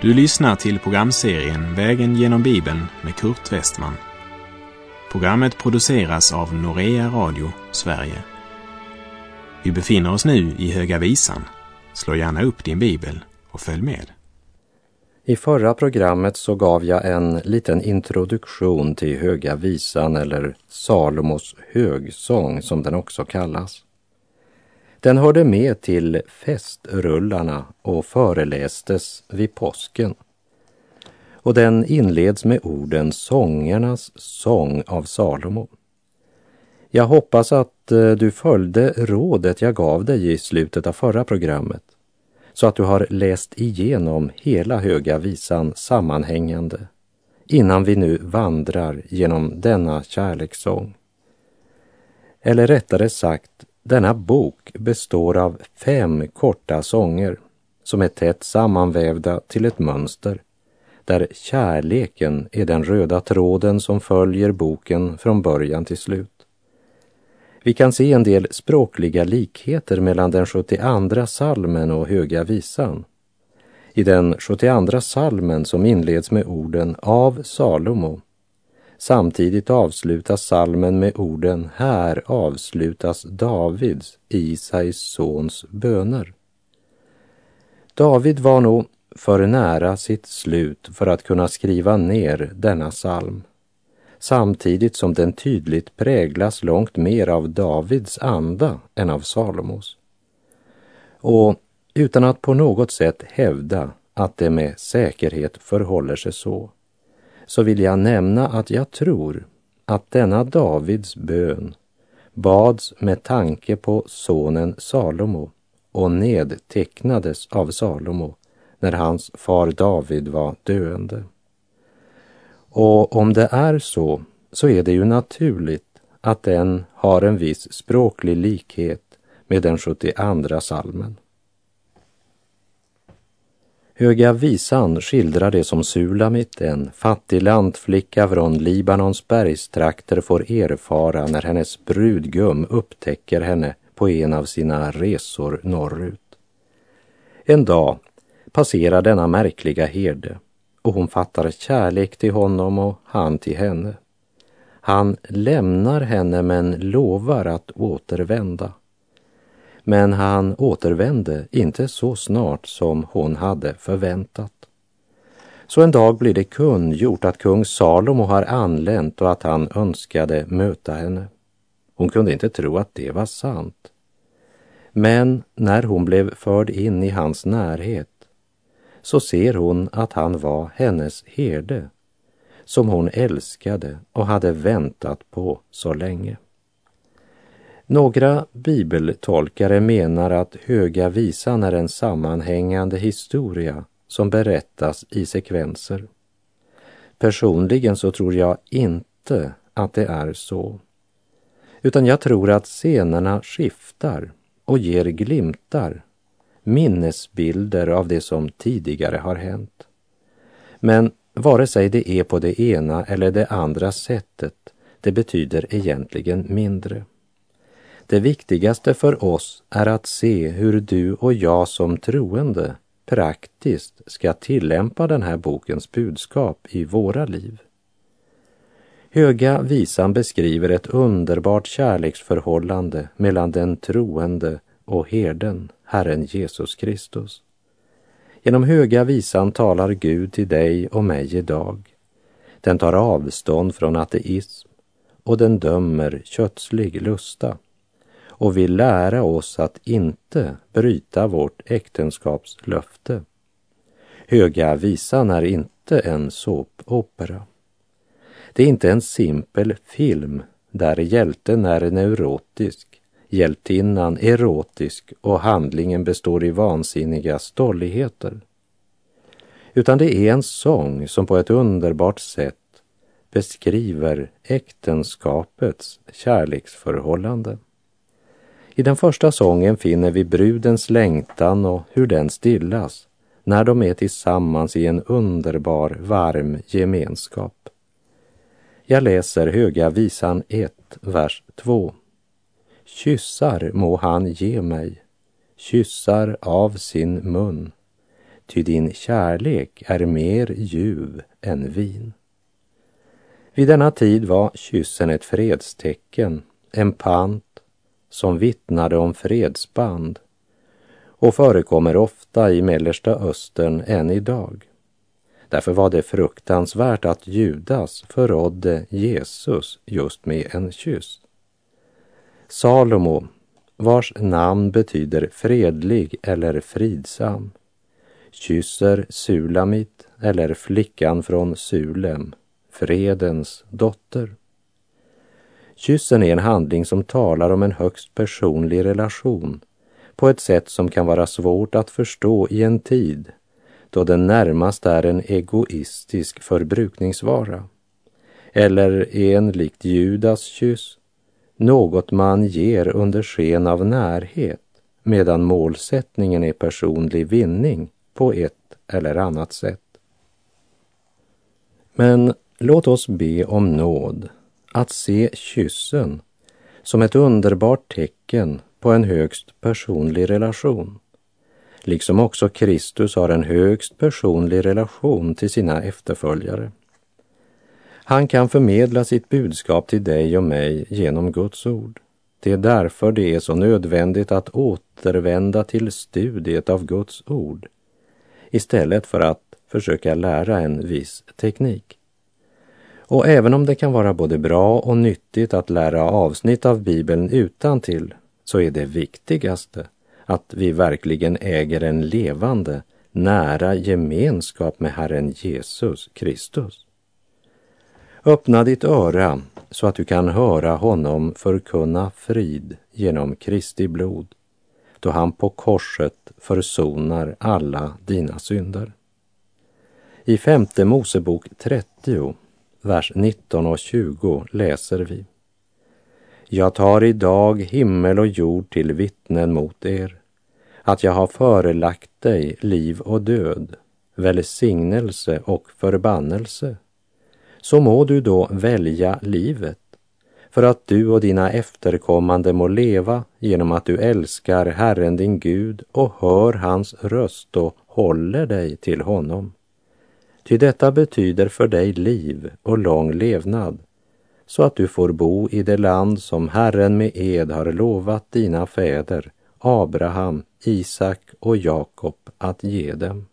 Du lyssnar till programserien Vägen genom Bibeln med Kurt Westman. Programmet produceras av Norea Radio, Sverige. Vi befinner oss nu i Höga Visan. Slå gärna upp din bibel och följ med. I förra programmet så gav jag en liten introduktion till Höga Visan, eller Salomos högsång som den också kallas. Den hörde med till festrullarna och förelästes vid påsken. Och den inleds med orden Sångernas sång av Salomo. Jag hoppas att du följde rådet jag gav dig i slutet av förra programmet, så att du har läst igenom hela Höga Visan sammanhängande innan vi nu vandrar genom denna kärlekssång. Eller rättare sagt, denna bok består av 5 korta sånger som är tätt sammanvävda till ett mönster, där kärleken är den röda tråden som följer boken från början till slut. Vi kan se en del språkliga likheter mellan den 72:a psalmen och Höga Visan. I den 72:a psalmen, som inleds med orden av Salomo, samtidigt avslutas psalmen med orden här avslutas Davids, Isais sons, böner. David var nog för nära sitt slut för att kunna skriva ner denna psalm, samtidigt som den tydligt präglas långt mer av Davids anda än av Salomos. Och utan att på något sätt hävda att det med säkerhet förhåller sig så vill jag nämna att jag tror att denna Davids bön bads med tanke på sonen Salomo och nedtecknades av Salomo när hans far David var döende. Och om det är så är det ju naturligt att den har en viss språklig likhet med den 72:a psalmen. Höga Visan skildrar det som Sulamit, en fattig lantflicka från Libanons bergstrakter, får erfara när hennes brudgum upptäcker henne på en av sina resor norrut. En dag passerar denna märkliga herde och hon fattar kärlek till honom och han till henne. Han lämnar henne men lovar att återvända. Men han återvände inte så snart som hon hade förväntat. Så en dag blir det kungjort att kung Salomo har anlänt och att han önskade möta henne. Hon kunde inte tro att det var sant. Men när hon blev förd in i hans närhet så ser hon att han var hennes herde, som hon älskade och hade väntat på så länge. Några bibeltolkare menar att Höga Visan är en sammanhängande historia som berättas i sekvenser. Personligen så tror jag inte att det är så, utan jag tror att scenerna skiftar och ger glimtar, minnesbilder av det som tidigare har hänt. Men vare sig det är på det ena eller det andra sättet, det betyder egentligen mindre. Det viktigaste för oss är att se hur du och jag som troende praktiskt ska tillämpa den här bokens budskap i våra liv. Höga Visan beskriver ett underbart kärleksförhållande mellan den troende och herden, Herren Jesus Kristus. Genom Höga Visan talar Gud till dig och mig idag. Den tar avstånd från ateism och den dömer kötslig lusta och vill lära oss att inte bryta vårt äktenskapslöfte. Höga Visan är inte en såpopera. Det är inte en simpel film där hjälten är neurotisk, hjältinnan erotisk och handlingen består i vansinniga stolligheter. Utan det är en sång som på ett underbart sätt beskriver äktenskapets kärleksförhållande. I den första sången finner vi brudens längtan och hur den stillas när de är tillsammans i en underbar, varm gemenskap. Jag läser Höga Visan 1, vers 2. Kyssar må han ge mig, kyssar av sin mun. ty din kärlek är mer ljuv än vin. Vid denna tid var kyssen ett fredstecken, en pant som vittnade om fredsband och förekommer ofta i Mellersta Östern än idag. Därför var det fruktansvärt att Judas förrådde Jesus just med en kyss. Salomo, vars namn betyder fredlig eller fridsam, kysser Sulamit eller flickan från Sulem, fredens dotter. Kyssen är en handling som talar om en högst personlig relation på ett sätt som kan vara svårt att förstå i en tid då den närmast är en egoistisk förbrukningsvara, eller enligt Judas kyss något man ger under sken av närhet, medan målsättningen är personlig vinning på ett eller annat sätt. Men låt oss be om nåd att se kyssen som ett underbart tecken på en högst personlig relation, liksom också Kristus har en högst personlig relation till sina efterföljare. Han kan förmedla sitt budskap till dig och mig genom Guds ord. Det är därför det är så nödvändigt att återvända till studiet av Guds ord, istället för att försöka lära en viss teknik. Och även om det kan vara både bra och nyttigt att lära avsnitt av Bibeln utantill, så är det viktigaste att vi verkligen äger en levande, nära gemenskap med Herren Jesus Kristus. Öppna ditt öra så att du kan höra honom förkunna frid genom Kristi blod, då han på korset försonar alla dina synder. I 5:e Mosebok 30, vers 19 och 20 läser vi: Jag tar idag himmel och jord till vittnen mot er, att jag har förelagt dig liv och död, välsignelse och förbannelse. Så må du då välja livet, för att du och dina efterkommande må leva genom att du älskar Herren din Gud och hör hans röst och håller dig till honom. Ty detta betyder för dig liv och lång levnad, så att du får bo i det land som Herren med ed har lovat dina fäder, Abraham, Isak och Jakob, att ge dem.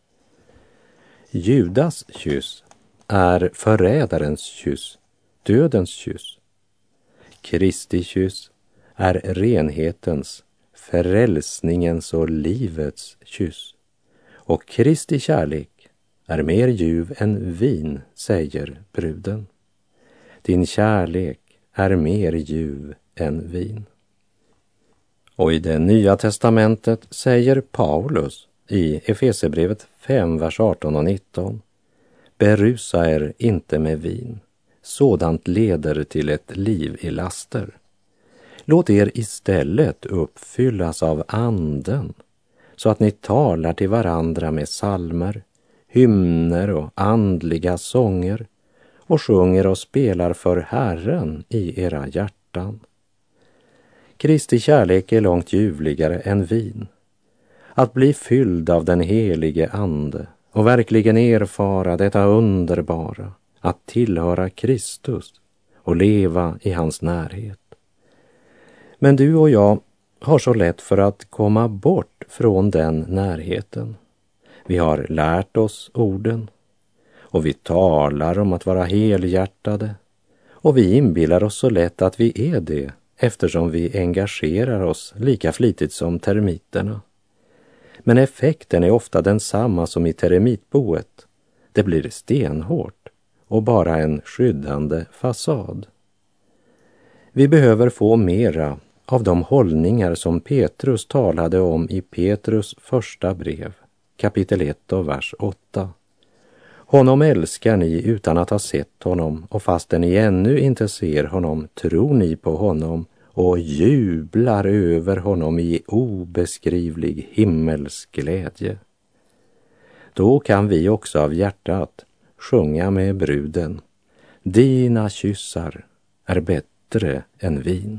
Judas kyss är förrädarens kyss, dödens kyss. Kristi kyss är renhetens, frälsningens och livets kyss. Och Kristi kärlek är mer ljuv än vin, säger bruden. Din kärlek är mer ljuv än vin. Och i det Nya testamentet säger Paulus i Efesierbrevet 5, vers 18 och 19: Berusa er inte med vin, sådant leder till ett liv i laster. Låt er istället uppfyllas av anden, så att ni talar till varandra med psalmer, hymner och andliga sånger och sjunger och spelar för Herren i era hjärtan. Kristi kärlek är långt ljuvligare än vin. Att bli fylld av den helige ande och verkligen erfara detta underbara, att tillhöra Kristus och leva i hans närhet. Men du och jag har så lätt för att komma bort från den närheten. Vi har lärt oss orden och vi talar om att vara helhjärtade, och vi inbillar oss så lätt att vi är det, eftersom vi engagerar oss lika flitigt som termiterna. Men effekten är ofta densamma som i teremitboet. Det blir stenhårt och bara en skyddande fasad. Vi behöver få mera av de hållningar som Petrus talade om i Petrus första brev, kapitel 1 och vers 8. Honom älskar ni utan att ha sett honom, och fastän ni ännu inte ser honom tror ni på honom och jublar över honom i obeskrivlig himmelsk glädje. Då kan vi också av hjärtat sjunga med bruden: Dina kyssar är bättre än vin.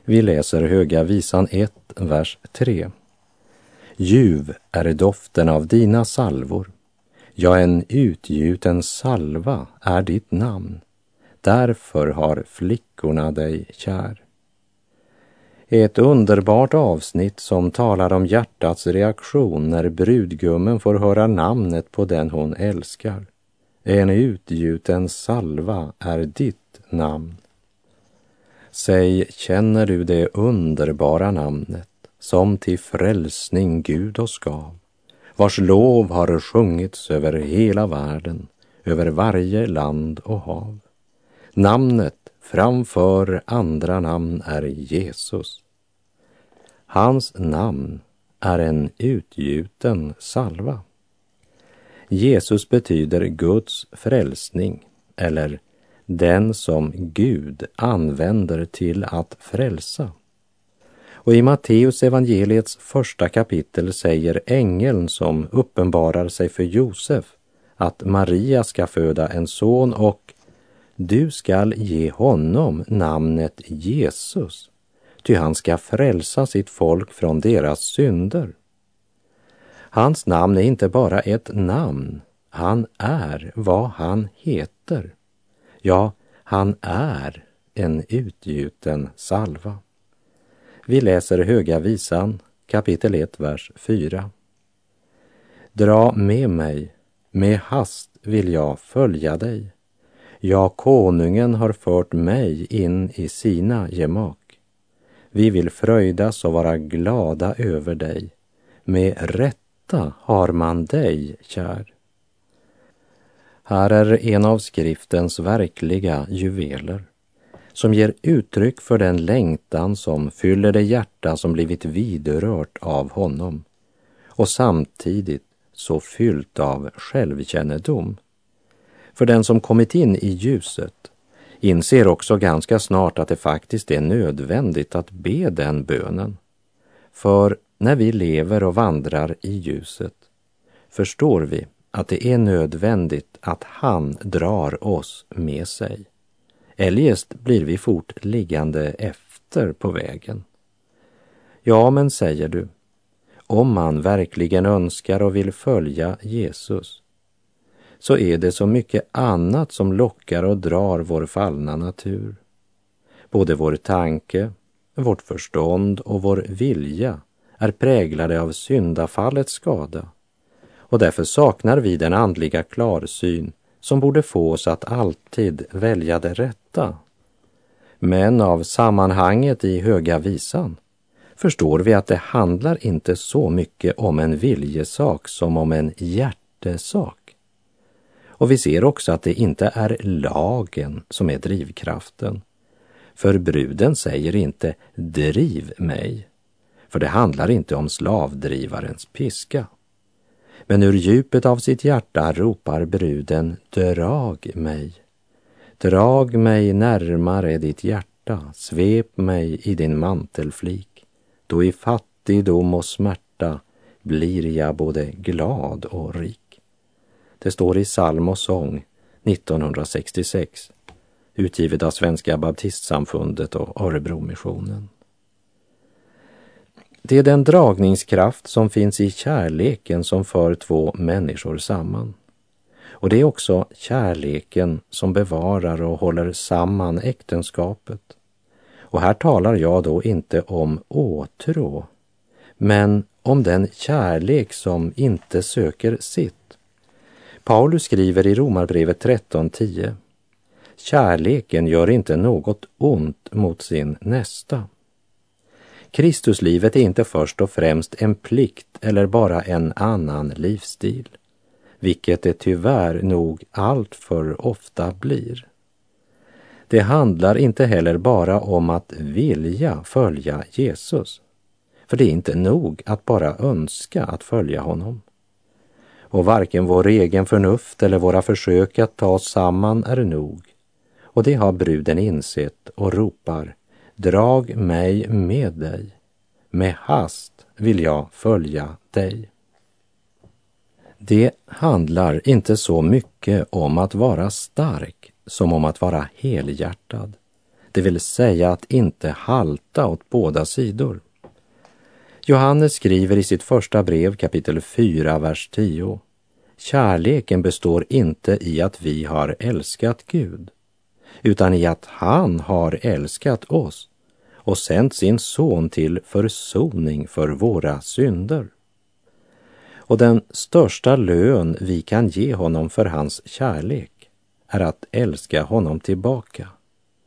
Vi läser Höga visan 1, vers 3. Ljuv är doften av dina salvor. Ja, en utgjuten salva är ditt namn. Därför har flickorna dig kär. Ett underbart avsnitt som talar om hjärtats reaktion när brudgummen får höra namnet på den hon älskar. En utgjuten salva är ditt namn. Säg, känner du det underbara namnet som till frälsning Gud oss gav, vars lov har sjungits över hela världen, över varje land och hav. Namnet framför andra namn är Jesus. Hans namn är en utgjuten salva. Jesus betyder Guds frälsning, eller den som Gud använder till att frälsa. Och i Matteus evangeliets 1 kapitel säger ängeln som uppenbarar sig för Josef att Maria ska föda en son och du skall ge honom namnet Jesus, ty han ska frälsa sitt folk från deras synder. Hans namn är inte bara ett namn, han är vad han heter. Ja, han är en utgjuten salva. Vi läser Höga visan, kapitel 1, vers 4. Dra med mig, med hast vill jag följa dig. Ja, konungen har fört mig in i sina gemak. Vi vill fröjdas och vara glada över dig. Med rätta har man dig kär. Här är en av skriftens verkliga juveler som ger uttryck för den längtan som fyller det hjärta som blivit vidrört av honom och samtidigt så fyllt av självkännedom. För den som kommit in i ljuset inser också ganska snart att det faktiskt är nödvändigt att be den bönen. För när vi lever och vandrar i ljuset förstår vi att det är nödvändigt att han drar oss med sig. Eljest blir vi fort liggande efter på vägen. Ja, men säger du, om man verkligen önskar och vill följa Jesus, så är det så mycket annat som lockar och drar vår fallna natur. Både vår tanke, vårt förstånd och vår vilja är präglade av syndafallets skada. Och därför saknar vi den andliga klarsyn som borde få oss att alltid välja det rätta. Men av sammanhanget i Höga visan förstår vi att det handlar inte så mycket om en viljesak som om en hjärtesak. Och vi ser också att det inte är lagen som är drivkraften. För bruden säger inte driv mig, för det handlar inte om slavdrivarens piska. Men ur djupet av sitt hjärta ropar bruden, drag mig. Drag mig närmare ditt hjärta, svep mig i din mantelflik. Då i fattigdom och smärta blir jag både glad och rik. Det står i Psalm och sång 1966, utgivet av Svenska baptistsamfundet och Örebromissionen. Det är den dragningskraft som finns i kärleken som för två människor samman. Och det är också kärleken som bevarar och håller samman äktenskapet. Och här talar jag då inte om åtrå, men om den kärlek som inte söker sitt. Paulus skriver i Romarbrevet 13:10: kärleken gör inte något ont mot sin nästa. Kristuslivet är inte först och främst en plikt eller bara en annan livsstil, vilket det tyvärr nog allt för ofta blir. Det handlar inte heller bara om att vilja följa Jesus, för det är inte nog att bara önska att följa honom. Och varken vår egen förnuft eller våra försök att ta oss samman är nog, och det har bruden insett och ropar, drag mig med dig, med hast vill jag följa dig. Det handlar inte så mycket om att vara stark som om att vara helhjärtad. det vill säga att inte halta åt båda sidor. Johannes skriver i sitt första brev kapitel 4, vers 10: kärleken består inte i att vi har älskat Gud, utan i att han har älskat oss och sänt sin son till försoning för våra synder. Och den största lön vi kan ge honom för hans kärlek är att älska honom tillbaka.